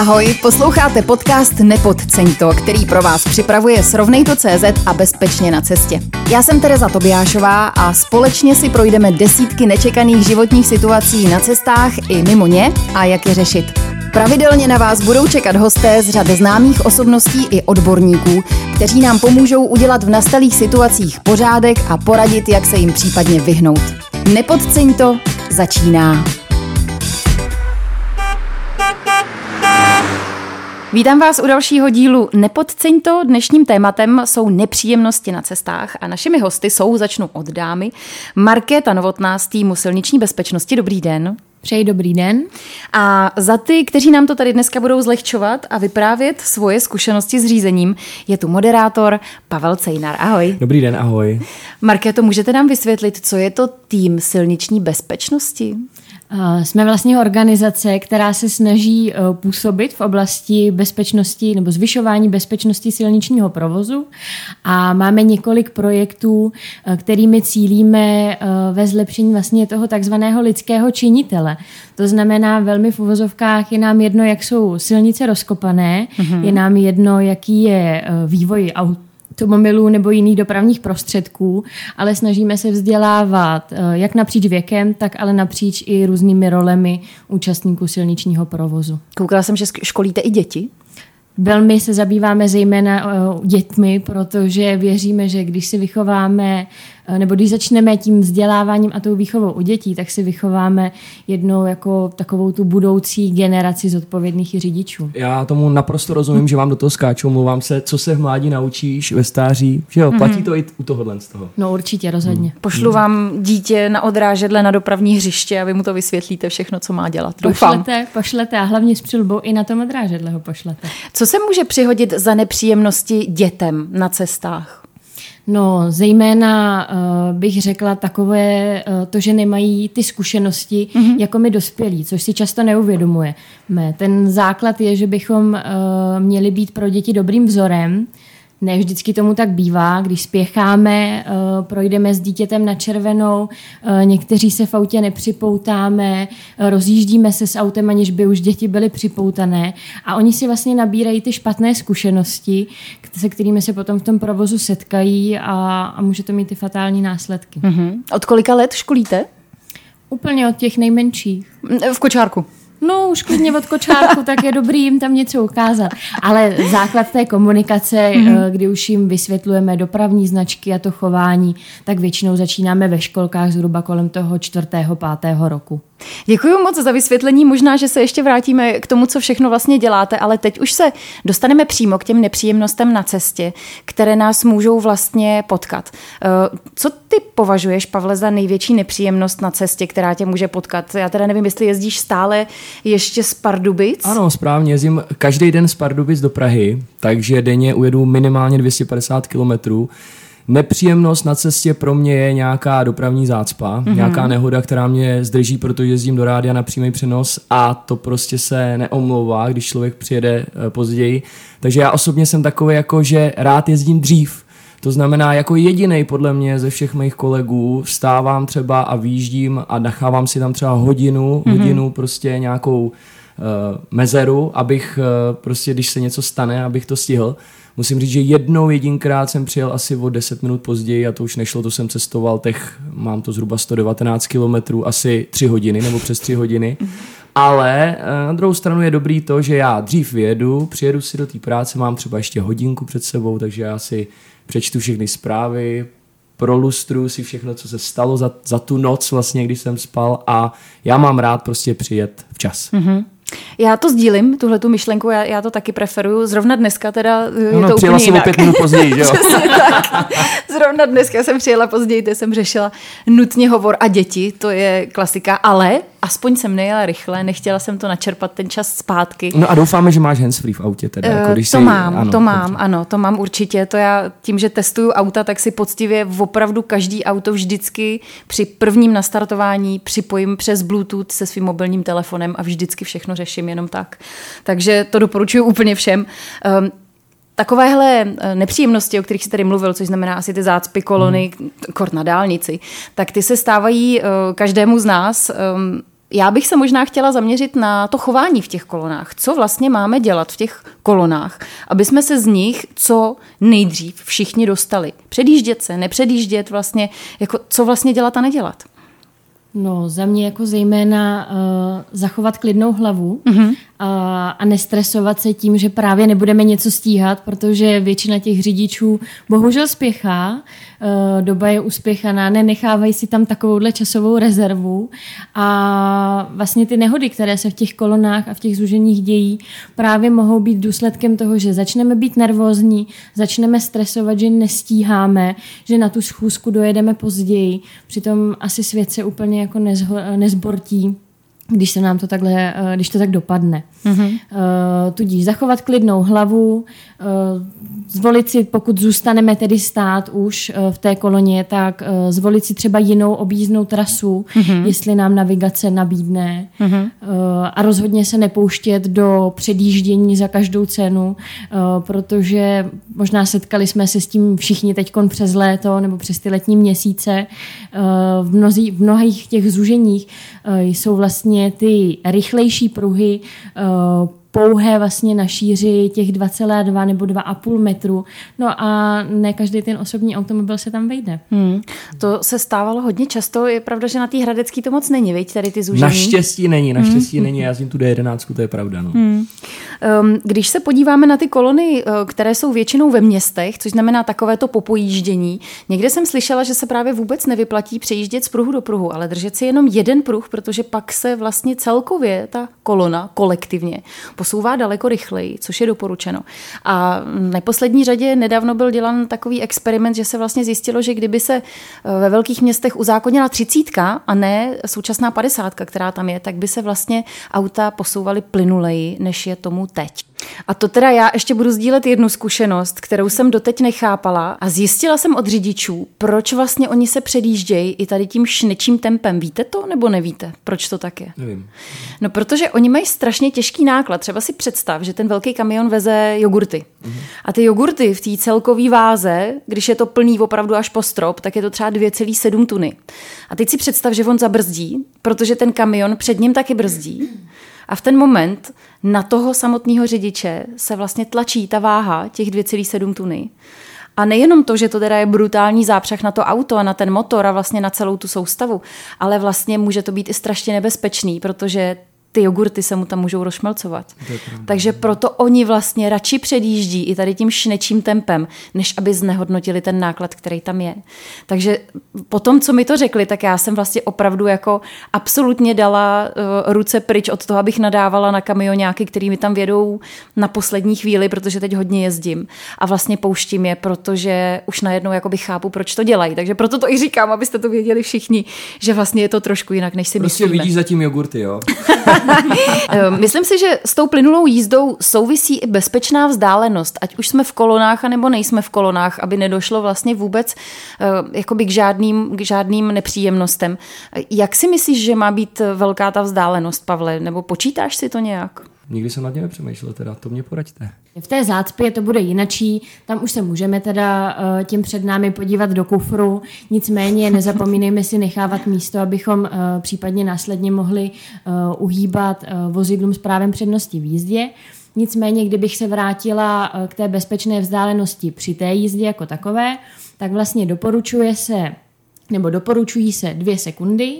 Ahoj, posloucháte podcast Nepodceň to, který pro vás připravuje Srovnej.cz a Bezpečně na cestě. Já jsem Tereza Tobiášová a společně si projdeme desítky nečekaných životních situací na cestách i mimo ně a jak je řešit. Pravidelně na vás budou čekat hosté z řady známých osobností i odborníků, kteří nám pomůžou udělat v nastalých situacích pořádek a poradit, jak se jim případně vyhnout. Nepodceň to začíná. Vítám vás u dalšího dílu Nepodceň to. Dnešním tématem jsou nepříjemnosti na cestách a našimi hosty jsou, začnu od dámy, Markéta Novotná z týmu silniční bezpečnosti. Dobrý den. Přeji dobrý den. A za ty, kteří nám to tady dneska budou zlehčovat a vyprávět svoje zkušenosti s řízením, je tu moderátor Pavel Cejnar. Ahoj. Dobrý den, ahoj. Markéto, můžete nám vysvětlit, co je to tým silniční bezpečnosti? Jsme vlastně organizace, která se snaží působit v oblasti bezpečnosti nebo zvyšování bezpečnosti silničního provozu a máme několik projektů, kterými cílíme ve zlepšení vlastně toho takzvaného lidského činitele. To znamená, velmi v uvozovkách je nám jedno, jak jsou silnice rozkopané, je nám jedno, jaký je vývoj automobilů nebo jiných dopravních prostředků, ale snažíme se vzdělávat jak napříč věkem, tak ale napříč i různými rolemi účastníků silničního provozu. Koukala jsem, že školíte i děti? Velmi se zabýváme zejména dětmi, protože věříme, že když si vychováme, nebo když začneme tím vzděláváním a tou výchovou u dětí, tak si vychováme jednou jako takovou tu budoucí generaci zodpovědných řidičů. Já tomu naprosto rozumím, že vám do toho skáču, mluvám se, co se v mládí naučíš ve stáří, že jo, platí to i u tohohle z toho. No určitě, rozhodně. Pošlu vám dítě na odrážedle na dopravní hřiště a vy mu to vysvětlíte všechno, co má dělat. Doufám. Pošlete a hlavně s přilbou i na tom odrážedle ho pošlete. Co se může přihodit za nepříjemnosti dětem na cestách? No, zejména bych řekla takové to, že nemají ty zkušenosti jako my dospělí, což si často neuvědomujeme. Ten základ je, že bychom měli být pro děti dobrým vzorem. Ne vždycky tomu tak bývá, když spěcháme, projdeme s dítětem na červenou, někteří se v autě nepřipoutáme, rozjíždíme se s autem, aniž by už děti byly připoutané a oni si vlastně nabírají ty špatné zkušenosti, se kterými se potom v tom provozu setkají a může to mít ty fatální následky. Od kolika let školíte? Úplně od těch nejmenších. V kočárku? No, už klidně od kočárku, tak je dobrý jim tam něco ukázat. Ale základ té komunikace, kdy už jim vysvětlujeme dopravní značky a to chování, tak většinou začínáme ve školkách zhruba kolem toho 4., 5. roku. Děkuji moc za vysvětlení. Možná, že se ještě vrátíme k tomu, co všechno vlastně děláte, ale teď už se dostaneme přímo k těm nepříjemnostem na cestě, které nás můžou vlastně potkat. Co ty považuješ, Pavle, za největší nepříjemnost na cestě, která tě může potkat? Já teda nevím, jestli jezdíš stále ještě z Pardubic? Ano, správně, jezdím každý den z Pardubic do Prahy, takže denně ujedu minimálně 250 kilometrů. Nepříjemnost na cestě pro mě je nějaká dopravní zácpa, nějaká nehoda, která mě zdrží, protože jezdím do rádia na přímý přenos a to prostě se neomlouvá, když člověk přijede později. Takže já osobně jsem takový, jako že rád jezdím dřív. To znamená, jako jedinej podle mě ze všech mých kolegů vstávám třeba a výjíždím a nachávám si tam třeba hodinu prostě nějakou mezeru, abych prostě, když se něco stane, abych to stihl. Musím říct, že jedinkrát jsem přijel asi o 10 minut později a to už nešlo, to jsem cestoval, mám to zhruba 119 kilometrů, asi 3 hodiny nebo přes 3 hodiny. Ale na druhou stranu je dobrý to, že já dřív vyjedu, přijedu si do té práce, mám třeba ještě hodinku před sebou, takže já si přečtu všechny zprávy, prolustruju si všechno, co se stalo za tu noc vlastně, když jsem spal a já mám rád prostě přijet včas. Já to sdílím, tuhletu myšlenku, já to taky preferuju. Zrovna dneska teda je to úplně jinak. 5 minut později, že jo? Přesně tak. Zrovna dneska jsem přijela později, teď jsem řešila nutně hovor a děti, to je klasika, ale aspoň jsem nejela rychle, nechtěla jsem to načerpat ten čas zpátky. No a doufáme, že máš handsfree v autě teda. Jako když To mám určitě. To já tím, že testuju auta, tak si poctivě opravdu každý auto vždycky při prvním nastartování připojím přes Bluetooth se svým mobilním telefonem a vždycky všechno řeším jenom tak. Takže to doporučuji úplně všem. Takovéhle nepříjemnosti, o kterých jsi tady mluvil, což znamená asi ty zácpy kolony, kort na dálnici, tak ty se stávají každému z nás. Já bych se možná chtěla zaměřit na to chování v těch kolonách. Co vlastně máme dělat v těch kolonách, aby jsme se z nich co nejdřív všichni dostali. Předjíždět se, nepředjíždět vlastně, jako co vlastně dělat a nedělat. No, za mě jako zejména zachovat klidnou hlavu a nestresovat se tím, že právě nebudeme něco stíhat, protože většina těch řidičů bohužel spěchá, doba je uspěchaná, nenechávají si tam takovouhle časovou rezervu a vlastně ty nehody, které se v těch kolonách a v těch zúženích dějí, právě mohou být důsledkem toho, že začneme být nervózní, začneme stresovat, že nestíháme, že na tu schůzku dojedeme později, přitom asi svět se úplně jako nezbortí, když to tak dopadne. Tudíž zachovat klidnou hlavu, zvolit si, pokud zůstaneme tedy stát už v té koloně, tak zvolit si třeba jinou objízdnou trasu, jestli nám navigace nabídne a rozhodně se nepouštět do předjíždění za každou cenu, protože možná setkali jsme se s tím všichni teďkon přes léto nebo přes ty letní měsíce. V mnohých těch zúženích jsou vlastně ty rychlejší pruhy pouhé vlastně na šíři těch 2,2 nebo 2,5 metru. No a ne každý ten osobní automobil se tam vejde. To se stávalo hodně často. Je pravda, že na té hradecký to moc není, viď, tady ty zúžení? Naštěstí není. Já jsem tu D11, to je pravda. No. Když se podíváme na ty kolony, které jsou většinou ve městech, což znamená takovéto popojíždění, někde jsem slyšela, že se právě vůbec nevyplatí přejíždět z pruhu do pruhu, ale držet si jenom jeden pruh, protože pak se vlastně celkově ta kolona kolektivně posouvá daleko rychleji, což je doporučeno. A v neposlední řadě nedávno byl dělan takový experiment, že se vlastně zjistilo, že kdyby se ve velkých městech uzákonila 30 a ne současná 50, která tam je, tak by se vlastně auta posouvaly plynuleji, než je tomu teď. A to teda já ještě budu sdílet jednu zkušenost, kterou jsem doteď nechápala a zjistila jsem od řidičů, proč vlastně oni se předjíždějí i tady tím šnečím tempem. Víte to nebo nevíte, proč to tak je? Nevím. No, protože oni mají strašně těžký náklad. Třeba si představ, že ten velký kamion veze jogurty. A ty jogurty v té celkové váze, když je to plný opravdu až po strop, tak je to třeba 2,7 tuny. A teď si představ, že on zabrzdí, protože ten kamion před ním taky brzdí. A v ten moment na toho samotného řidiče se vlastně tlačí ta váha těch 2,7 tuny. A nejenom to, že to teda je brutální zápřah na to auto a na ten motor a vlastně na celou tu soustavu, ale vlastně může to být i strašně nebezpečný, protože ty jogurty se mu tam můžou rozšmelcovat. Takže proto oni vlastně radši předjíždí i tady tím šnečím tempem, než aby znehodnotili ten náklad, který tam je. Takže po tom, co mi to řekli, tak já jsem vlastně opravdu jako absolutně dala ruce pryč od toho, abych nadávala na kamioňáky, který mi tam vědou na poslední chvíli, protože teď hodně jezdím a vlastně pouštím je, protože už najednou jakoby chápu, proč to dělají. Takže proto to i říkám, abyste to věděli všichni, že vlastně je to trošku jinak, než si myslíme. Prostě vidíš zatím jogurty, jo? Myslím si, že s tou plynulou jízdou souvisí i bezpečná vzdálenost, ať už jsme v kolonách, anebo nejsme v kolonách, aby nedošlo vlastně vůbec jakoby k žádným nepříjemnostem. Jak si myslíš, že má být velká ta vzdálenost, Pavle? Nebo počítáš si to nějak? Nikdy jsem nad tím nepřemýšlel, teda to mě poraďte. V té zácpě to bude jinačí, tam už se můžeme teda tím před námi podívat do kufru, nicméně nezapomínejme si nechávat místo, abychom případně následně mohli uhýbat vozidlům s právem přednosti v jízdě. Nicméně, kdybych se vrátila k té bezpečné vzdálenosti při té jízdě jako takové, tak vlastně doporučují se 2 sekundy,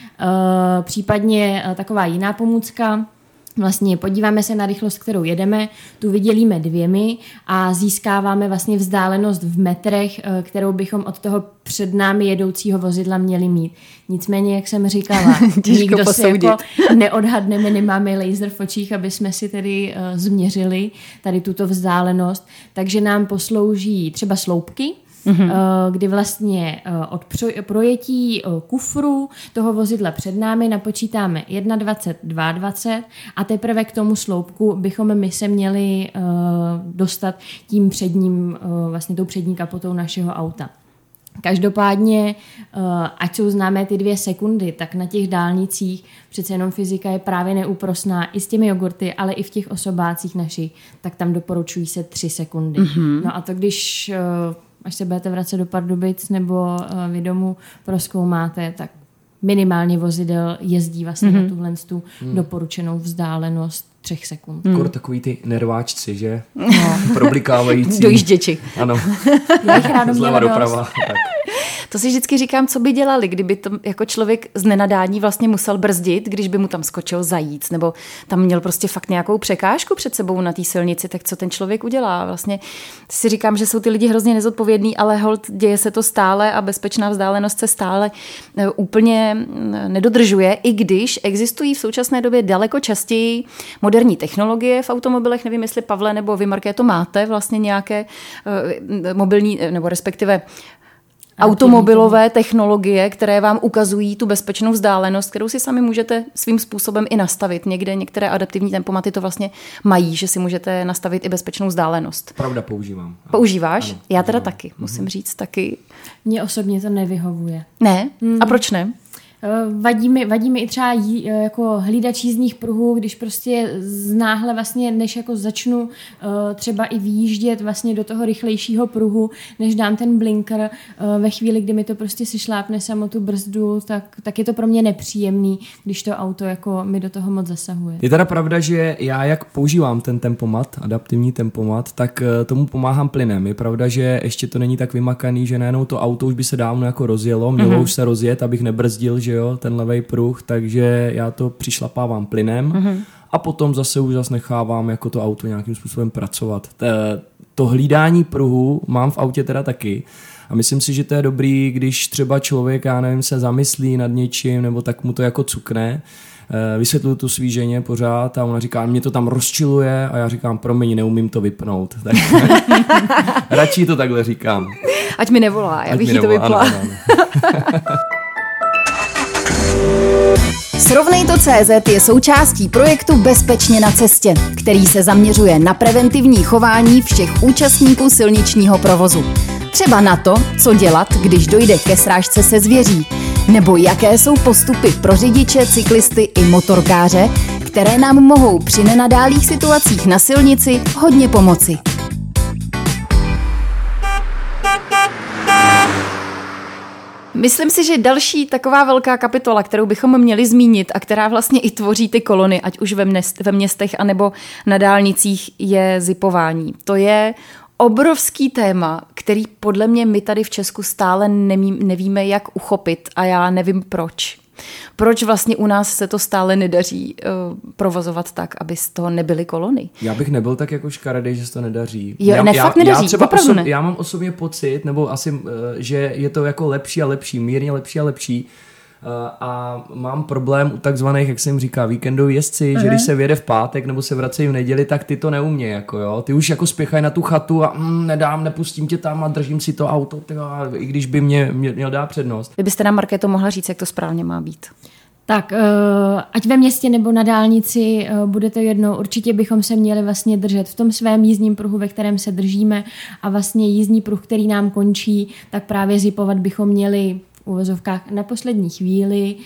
případně taková jiná pomůcka. Vlastně podíváme se na rychlost, kterou jedeme, tu vydělíme 2 a získáváme vlastně vzdálenost v metrech, kterou bychom od toho před námi jedoucího vozidla měli mít. Nicméně, jak jsem říkala, nikdo se jako neodhadneme, nemáme laser v očích, aby jsme si tedy změřili tady tuto vzdálenost, takže nám poslouží třeba sloupky, kdy vlastně od projetí kufru toho vozidla před námi napočítáme 21, 22 a teprve k tomu sloupku bychom my se měli dostat tím předním, vlastně tou přední kapotou našeho auta. Každopádně, ať jsou známé ty 2 sekundy, tak na těch dálnicích přece jenom fyzika je právě neúprosná i s těmi jogurty, ale i v těch osobácích našich, tak tam doporučují se 3 sekundy. No a to když až se budete vracet do Pardubic nebo vy domů prozkoumáte, tak minimálně vozidel jezdí vlastně na tuhle doporučenou vzdálenost 3 sekund. Takový ty nerváčci, že? Problikávající. Dojížděči. Ano. Já jich ráda Zleva měla doprava. dost. Tak. To si vždycky říkám, co by dělali, kdyby to jako člověk z nenadání vlastně musel brzdit, když by mu tam skočil zajíc, nebo tam měl prostě fakt nějakou překážku před sebou na té silnici, tak co ten člověk udělá? Vlastně si říkám, že jsou ty lidi hrozně nezodpovědní, ale holt děje se to stále a bezpečná vzdálenost se stále úplně nedodržuje, i když existují v současné době daleko častěji moderní technologie v automobilech. Nevím, jestli Pavle nebo vy, Marké, to máte vlastně nějaké mobilní, nebo respektive automobilové technologie, které vám ukazují tu bezpečnou vzdálenost, kterou si sami můžete svým způsobem i nastavit. Některé adaptivní tempomaty to vlastně mají, že si můžete nastavit i bezpečnou vzdálenost. Pravda, používám. Používáš? Ano, já teda taky, musím říct, taky. Mně osobně to nevyhovuje. Ne? A proč ne? Vadí mi i třeba jako hlídač jízdních pruhů, když prostě náhle vlastně, než jako začnu třeba i vyjíždět vlastně do toho rychlejšího pruhu, než dám ten blinker, ve chvíli, kdy mi to prostě si šlápne samo tu brzdu, tak je to pro mě nepříjemný, když to auto jako mi do toho moc zasahuje. Je teda pravda, že já jak používám ten tempomat, adaptivní tempomat, tak tomu pomáhám plynem. Je pravda, že ještě to není tak vymakaný, že najednou to auto už by se dávno jako rozjelo, mělo už se rozjet, abych nebrzdil, že jo, ten levej pruh, takže já to přišlapávám plynem a potom zase už nechávám jako to auto nějakým způsobem pracovat. To hlídání pruhu mám v autě teda taky a myslím si, že to je dobrý, když třeba člověk, já nevím, se zamyslí nad něčím nebo tak mu to jako cukne. Vysvětluju tu svý ženě pořád a ona říká, mě to tam rozčiluje a já říkám, promiň, neumím to vypnout. Tak radši to takhle říkám. Ať mi nevolá, já bych jí to vypla. Ano. Srovnej.cz je součástí projektu Bezpečně na cestě, který se zaměřuje na preventivní chování všech účastníků silničního provozu. Třeba na to, co dělat, když dojde ke srážce se zvěří, nebo jaké jsou postupy pro řidiče, cyklisty i motorkáře, které nám mohou při nenadálých situacích na silnici hodně pomoci. Myslím si, že další taková velká kapitola, kterou bychom měli zmínit a která vlastně i tvoří ty kolony, ať už ve městech anebo na dálnicích, je zipování. To je obrovský téma, který podle mě my tady v Česku stále nevíme, jak uchopit a já nevím proč. Proč vlastně u nás se to stále nedaří provozovat tak, aby z toho nebyly kolony? Já bych nebyl tak jako škaredej, že se to nedaří. Jo, fakt nedaří, opravdu ne. Já mám osobně pocit, nebo asi, že je to jako lepší a lepší, mírně lepší a lepší. A mám problém u takzvaných, jak se jim říká, víkendoví jezdci, že když se vyjede v pátek nebo se vracejí v neděli, tak ty to neumějí, jako jo. Ty už jako spěchají na tu chatu a nepustím tě tam a držím si to auto, i když by mě měl dát přednost. Vy byste nám, Markéto, mohla říct, jak to správně má být. Tak, ať ve městě nebo na dálnici bude to jedno, určitě bychom se měli vlastně držet v tom svém jízdním pruhu, ve kterém se držíme a vlastně jízdní pruh, který nám končí, tak právě zipovat bychom měli v uvozovkách na poslední chvíli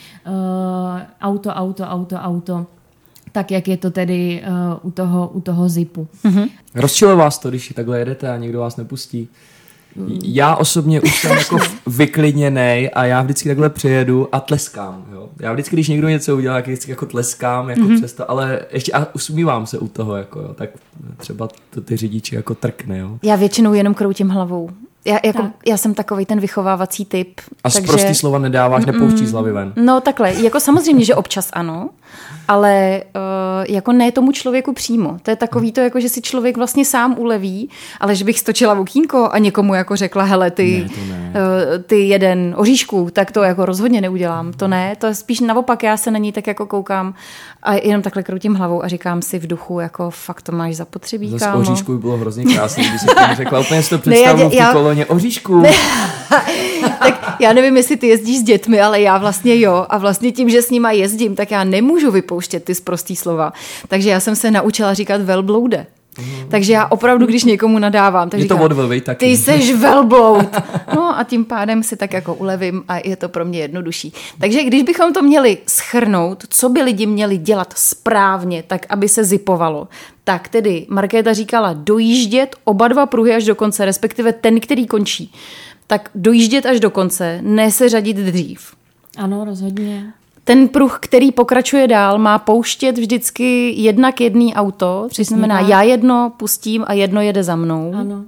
auto, tak jak je to tedy u toho zipu. Mm-hmm. Rozčilo vás to, když takhle jedete a někdo vás nepustí? Já osobně už jsem jako vyklidněnej a já vždycky takhle přejedu a tleskám. Jo? Já vždycky, když někdo něco udělá, tak vždycky jako tleskám jako přesto, ale ještě a usmívám se u toho, jako, jo? Tak třeba to ty řidiči jako trkne. Jo? Já většinou jenom kroutím hlavou. Já jsem takovej ten vychovávací typ. A z prostý slova nedáváš, nepouští z hlavy ven. No takhle, jako samozřejmě, že občas ano, ale jako ne tomu člověku přímo. To je takový to, jako že si člověk vlastně sám uleví, ale že bych stočila v okýnko a někomu jako řekla, hele, ty jeden oříšku, tak to jako rozhodně neudělám. To ne, to je spíš naopak, já se na ní tak jako koukám a jenom takhle kroutím hlavou a říkám si v duchu, jako fakt to máš zapotřebí, kámo. Zase oříšku by bylo hrozně krásné, když si to řekla, úplně si to představu v té koloně oříšku. Tak já nevím, jestli ty jezdíš s dětmi, ale já vlastně jo. A vlastně tím, že s nima jezdím, tak já nemůžu vypouštět ty sprostý slova. Takže já jsem se naučila říkat velbloude. Takže já opravdu, když někomu nadávám, tak říkám, ty seš velbloud. No a tím pádem si tak jako ulevím a je to pro mě jednodušší. Takže když bychom to měli shrnout, co by lidi měli dělat správně, tak aby se zipovalo, tak tedy Markéta říkala dojíždět oba dva pruhy až do konce, respektive ten, který končí. Tak dojíždět až do konce, ne se řadit dřív. Ano, rozhodně. Ten pruh, který pokračuje dál, má pouštět vždycky 1:1 auto, což znamená, já jedno pustím a jedno jede za mnou. Ano.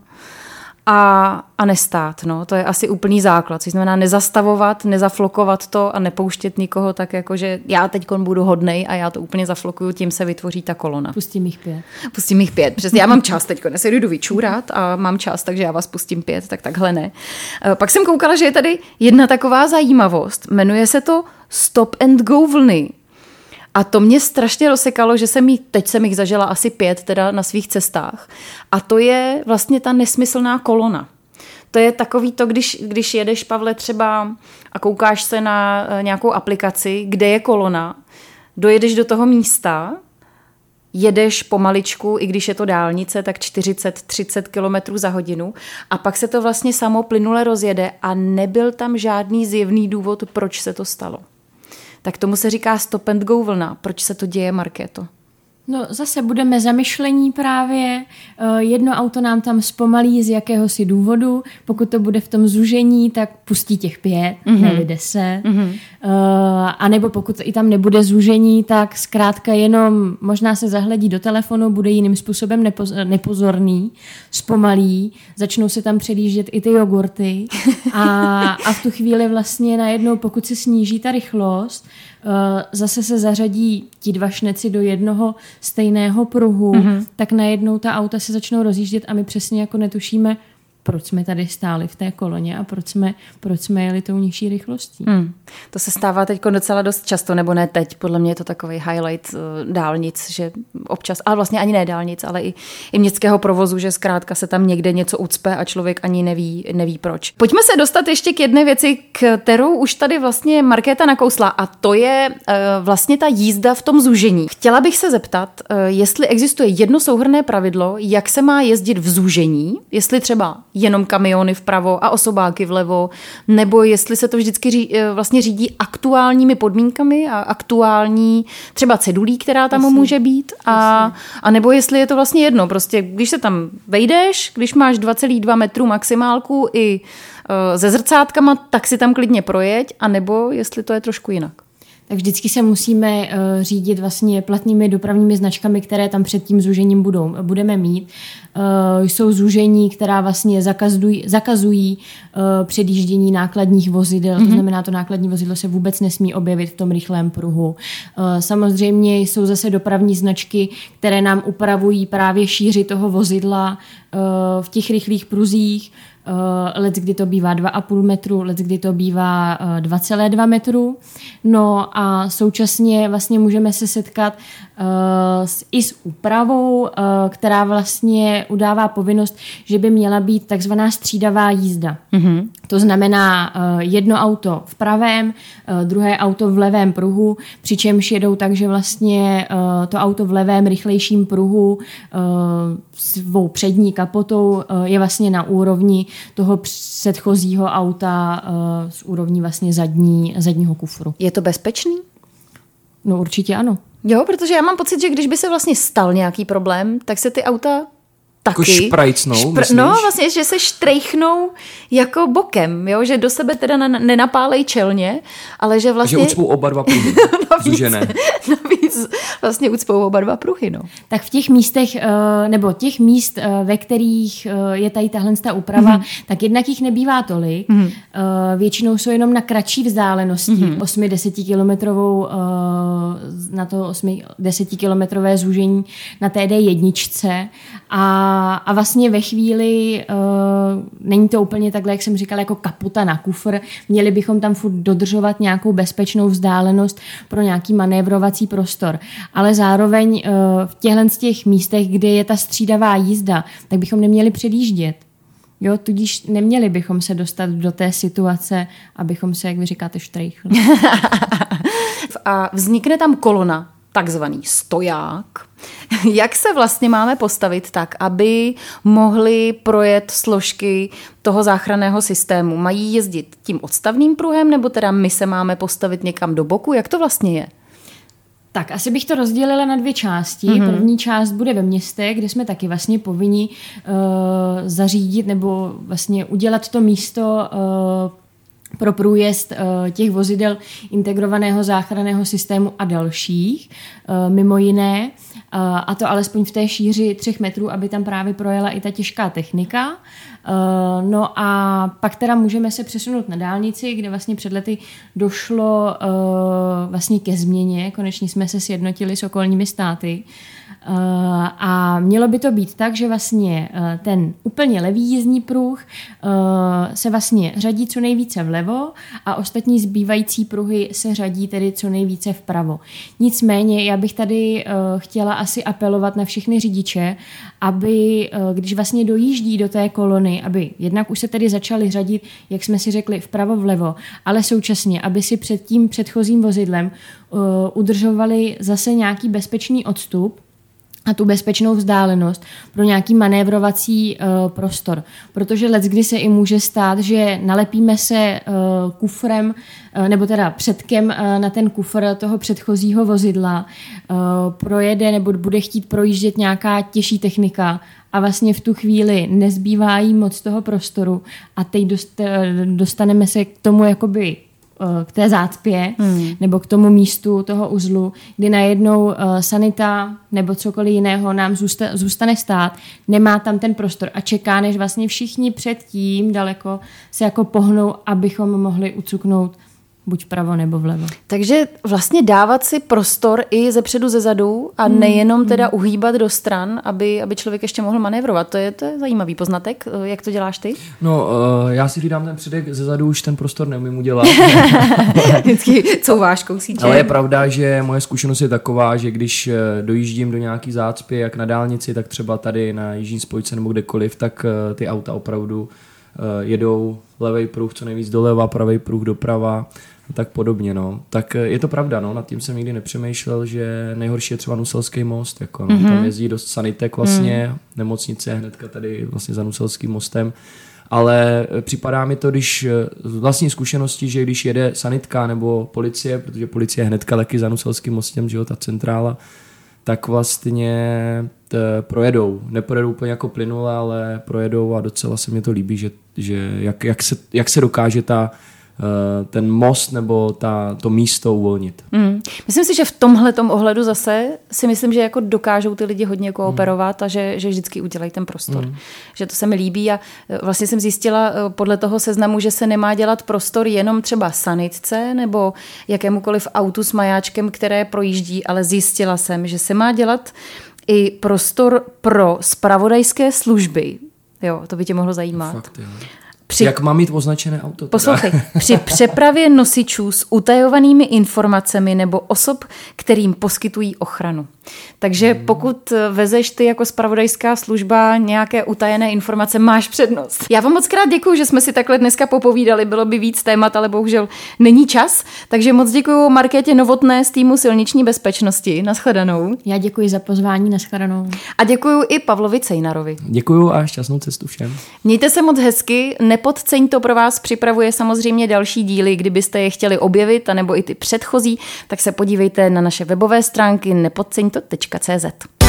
A nestát, no. To je asi úplný základ, což znamená nezastavovat, nezaflokovat to a nepouštět nikoho tak jako, že já teďkon budu hodnej a já to úplně zaflokuju, tím se vytvoří ta kolona. Pustím jich 5. Pustím jich 5, přesně. Já mám čas teďko, se jdu vyčůrat a mám čas, takže já vás pustím 5, tak takhle ne. Pak jsem koukala, že je tady jedna taková zajímavost, jmenuje se to Stop and Go vlny. A to mě strašně rozsekalo, že teď jsem jich zažila asi 5 teda na svých cestách. A to je vlastně ta nesmyslná kolona. To je takový to, když jedeš, Pavle, třeba a koukáš se na nějakou aplikaci, kde je kolona, dojedeš do toho místa, jedeš pomaličku, i když je to dálnice, tak 40-30 km za hodinu a pak se to vlastně samo plynule rozjede a nebyl tam žádný zjevný důvod, proč se to stalo. Tak tomu se říká stop and go vlna. Proč se to děje, Markéto? No zase budeme zamyšlení právě. Jedno auto nám tam zpomalí z jakéhosi důvodu. Pokud to bude v tom zúžení, tak pustí těch 5, ne 10. A nebo pokud i tam nebude zúžení, tak zkrátka jenom možná se zahledí do telefonu, bude jiným způsobem nepozorný, zpomalí, začnou se tam předjíždět i ty jogurty a v tu chvíli vlastně najednou, pokud se sníží ta rychlost, zase se zařadí ti 2 šneci do jednoho stejného pruhu, tak najednou ta auta se začnou rozjíždět a my přesně jako netušíme, proč jsme tady stáli v té koloně a proč jsme jeli tou nižší rychlostí. To se stává teď docela dost často, nebo ne teď, podle mě je to takový highlight dálnic, že občas, ale vlastně ani ne dálnic, ale i městského provozu, že zkrátka se tam někde něco ucpe a člověk ani neví proč. Pojďme se dostat ještě k jedné věci, kterou už tady vlastně Markéta nakousla a to je vlastně ta jízda v tom zúžení. Chtěla bych se zeptat, jestli existuje jedno souhrnné pravidlo, jak se má jezdit v zúžení, jestli třeba jenom kamiony vpravo a osobáky vlevo, nebo jestli se to vždycky vlastně řídí aktuálními podmínkami a aktuální třeba cedulí, která tam může být, a nebo jestli je to vlastně jedno. Prostě když se tam vejdeš, když máš 2,2 metru maximálku i se zrcátkama, tak si tam klidně projeď, a nebo jestli to je trošku jinak. Tak vždycky se musíme řídit vlastně platnými dopravními značkami, které tam před tím zúžením budeme mít. Jsou zúžení, která vlastně zakazují předjíždění nákladních vozidel, to znamená, to nákladní vozidlo se vůbec nesmí objevit v tom rychlém pruhu. Samozřejmě jsou zase dopravní značky, které nám upravují právě šíři toho vozidla v těch rychlých pruzích. Leckdy to bývá 2,5 metru, leckdy to bývá 2,2 metru. No a současně vlastně můžeme se setkat i s úpravou, která vlastně udává povinnost, že by měla být takzvaná střídavá jízda. To znamená jedno auto v pravém, druhé auto v levém pruhu, přičemž jedou tak, že vlastně to auto v levém rychlejším pruhu svou přední kapotou je vlastně na úrovni toho předchozího auta z úrovní vlastně zadního kufru. Je to bezpečný? No určitě ano. Jo, protože já mám pocit, že když by se vlastně stal nějaký problém, tak se ty auta taky... Jako šprajcnou, myslíš? No, vlastně, že se štrejchnou jako bokem, jo? Že do sebe teda nenapálej čelně, ale že vlastně... Že ucpou oba dva pruhy, zúžené. Navíc vlastně ucpou oba dva pruhy, no. Tak v těch místech, nebo těch míst, ve kterých je tady tahle úprava, tak jednak jich nebývá tolik. Většinou jsou jenom na kratší vzdálenosti, 8-10 kilometrovou, na to 8-10 kilometrové zúžení na té D1. A vlastně ve chvíli není to úplně takhle, jak jsem říkala, jako kapota na kufr. Měli bychom tam furt dodržovat nějakou bezpečnou vzdálenost pro nějaký manévrovací prostor. Ale zároveň v těch místech, kde je ta střídavá jízda, tak bychom neměli předjíždět. Jo, tudíž neměli bychom se dostat do té situace, abychom se, jak vy říkáte, štrejchli. A vznikne tam kolona, takzvaný stoják. Jak se vlastně máme postavit tak, aby mohly projet složky toho záchranného systému? Mají jezdit tím odstavným pruhem, nebo teda my se máme postavit někam do boku? Jak to vlastně je? Tak asi bych to rozdělila na 2 části. První část bude ve městech, kde jsme taky vlastně povinni zařídit nebo vlastně udělat to místo pro průjezd těch vozidel integrovaného záchranného systému a dalších, mimo jiné, a to alespoň v té šíři 3 metrů, aby tam právě projela i ta těžká technika. No a pak teda můžeme se přesunout na dálnici, kde vlastně před lety došlo vlastně ke změně, konečně jsme se sjednotili s okolními státy. A mělo by to být tak, že vlastně ten úplně levý jízdní pruh se vlastně řadí co nejvíce vlevo a ostatní zbývající pruhy se řadí tedy co nejvíce vpravo. Nicméně já bych tady chtěla asi apelovat na všechny řidiče, aby když vlastně dojíždí do té kolony, aby jednak už se tedy začali řadit, jak jsme si řekli, vpravo vlevo, ale současně, aby si před tím předchozím vozidlem udržovali zase nějaký bezpečný odstup a tu bezpečnou vzdálenost pro nějaký manévrovací prostor. Protože leckdy se i může stát, že nalepíme se kufrem nebo teda předkem na ten kufr toho předchozího vozidla, projede nebo bude chtít projíždět nějaká těžší technika a vlastně v tu chvíli nezbývá jí moc toho prostoru a teď dostaneme se k tomu jakoby k té zácpě nebo k tomu místu toho uzlu, kdy najednou sanita nebo cokoliv jiného nám zůstane stát, nemá tam ten prostor a čeká, než vlastně všichni předtím daleko se jako pohnou, abychom mohli ucuknout buď vpravo nebo vlevo. Takže vlastně dávat si prostor i ze předu, ze zadu a nejenom teda uhýbat do stran, aby člověk ještě mohl manévrovat. To je zajímavý poznatek. Jak to děláš ty? No, já si dám ten předek ze zadu, už ten prostor neumím udělat. Vždycky couváš kousíček. Ale je pravda, že moje zkušenost je taková, že když dojíždím do nějaký zácpy, jak na dálnici, tak třeba tady na jižní spojce nebo kdekoliv, tak ty auta opravdu jedou levej pruh co nejvíc doleva, pravej pruh doprava a tak podobně, no. Tak je to pravda, no, nad tím jsem nikdy nepřemýšlel, že nejhorší je třeba Nuselský most, jako, no, tam jezdí dost sanitek vlastně, nemocnice hnedka tady vlastně za Nuselským mostem, ale připadá mi to, když z vlastní zkušenosti, že když jede sanitka nebo policie, protože policie je hnedka taky za Nuselským mostem, že jo, ta centrála, tak vlastně projedou. Neprojedou úplně jako plynule, ale projedou a docela se mi to líbí, že jak se dokáže ten most nebo to místo uvolnit. Myslím si, že v tomhletom ohledu zase si myslím, že jako dokážou ty lidi hodně kooperovat a že vždycky udělají ten prostor. Že to se mi líbí a vlastně jsem zjistila podle toho seznamu, že se nemá dělat prostor jenom třeba sanitce nebo jakémukoliv autu s majáčkem, které projíždí, ale zjistila jsem, že se má dělat i prostor pro zpravodajské služby. Jo, to by tě mohlo zajímat. Fakt, jo. Jak mám mít označené auto? Poslouchej, při přepravě nosičů s utajovanými informacemi nebo osob, kterým poskytují ochranu. Takže pokud vezeš ty jako zpravodajská služba nějaké utajené informace, máš přednost. Já vám moc krát děkuju, že jsme si takhle dneska popovídali, bylo by víc témat, ale bohužel není čas. Takže moc děkuju Markétě Novotné z týmu silniční bezpečnosti. Nashledanou. Já děkuji za pozvání, nashledanou. A děkuju i Pavlovi Cejnarovi. Děkuju a šťastnou cestu všem. Mějte se moc hezky, Nepodceň to pro vás připravuje samozřejmě další díly, kdybyste je chtěli objevit, anebo i ty předchozí, tak se podívejte na naše webové stránky nepodceňto.cz.